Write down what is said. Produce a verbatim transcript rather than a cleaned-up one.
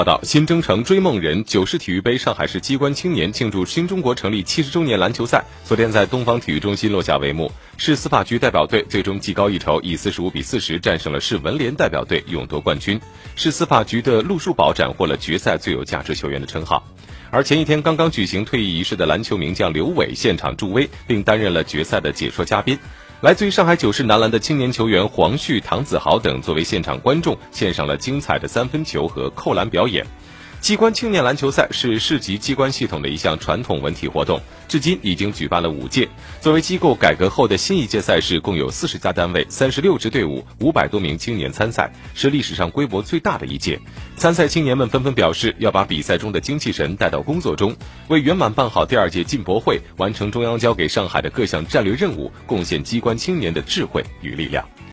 报道，新征程追梦人九世体育杯上海市机关青年庆祝新中国成立七十周年篮球赛昨天在东方体育中心落下帷幕，市司法局代表队最终技高一筹，以四十五比四十战胜了市文联代表队，勇夺冠军。市司法局的陆树宝斩获了决赛最有价值球员的称号。而前一天刚刚举行退役仪式的篮球名将刘伟现场助威，并担任了决赛的解说嘉宾。来自于上海九世男篮的青年球员黄旭、唐子豪等作为现场观众，献上了精彩的三分球和扣篮表演。机关青年篮球赛是市级机关系统的一项传统文体活动，至今已经举办了五届。作为机构改革后的新一届赛事，共有四十家单位、三十六支队伍、五百多名青年参赛，是历史上规模最大的一届。参赛青年们纷纷表示要把比赛中的精气神带到工作中，为圆满办好第二届进博会，完成中央交给上海的各项战略任务，贡献机关青年的智慧与力量。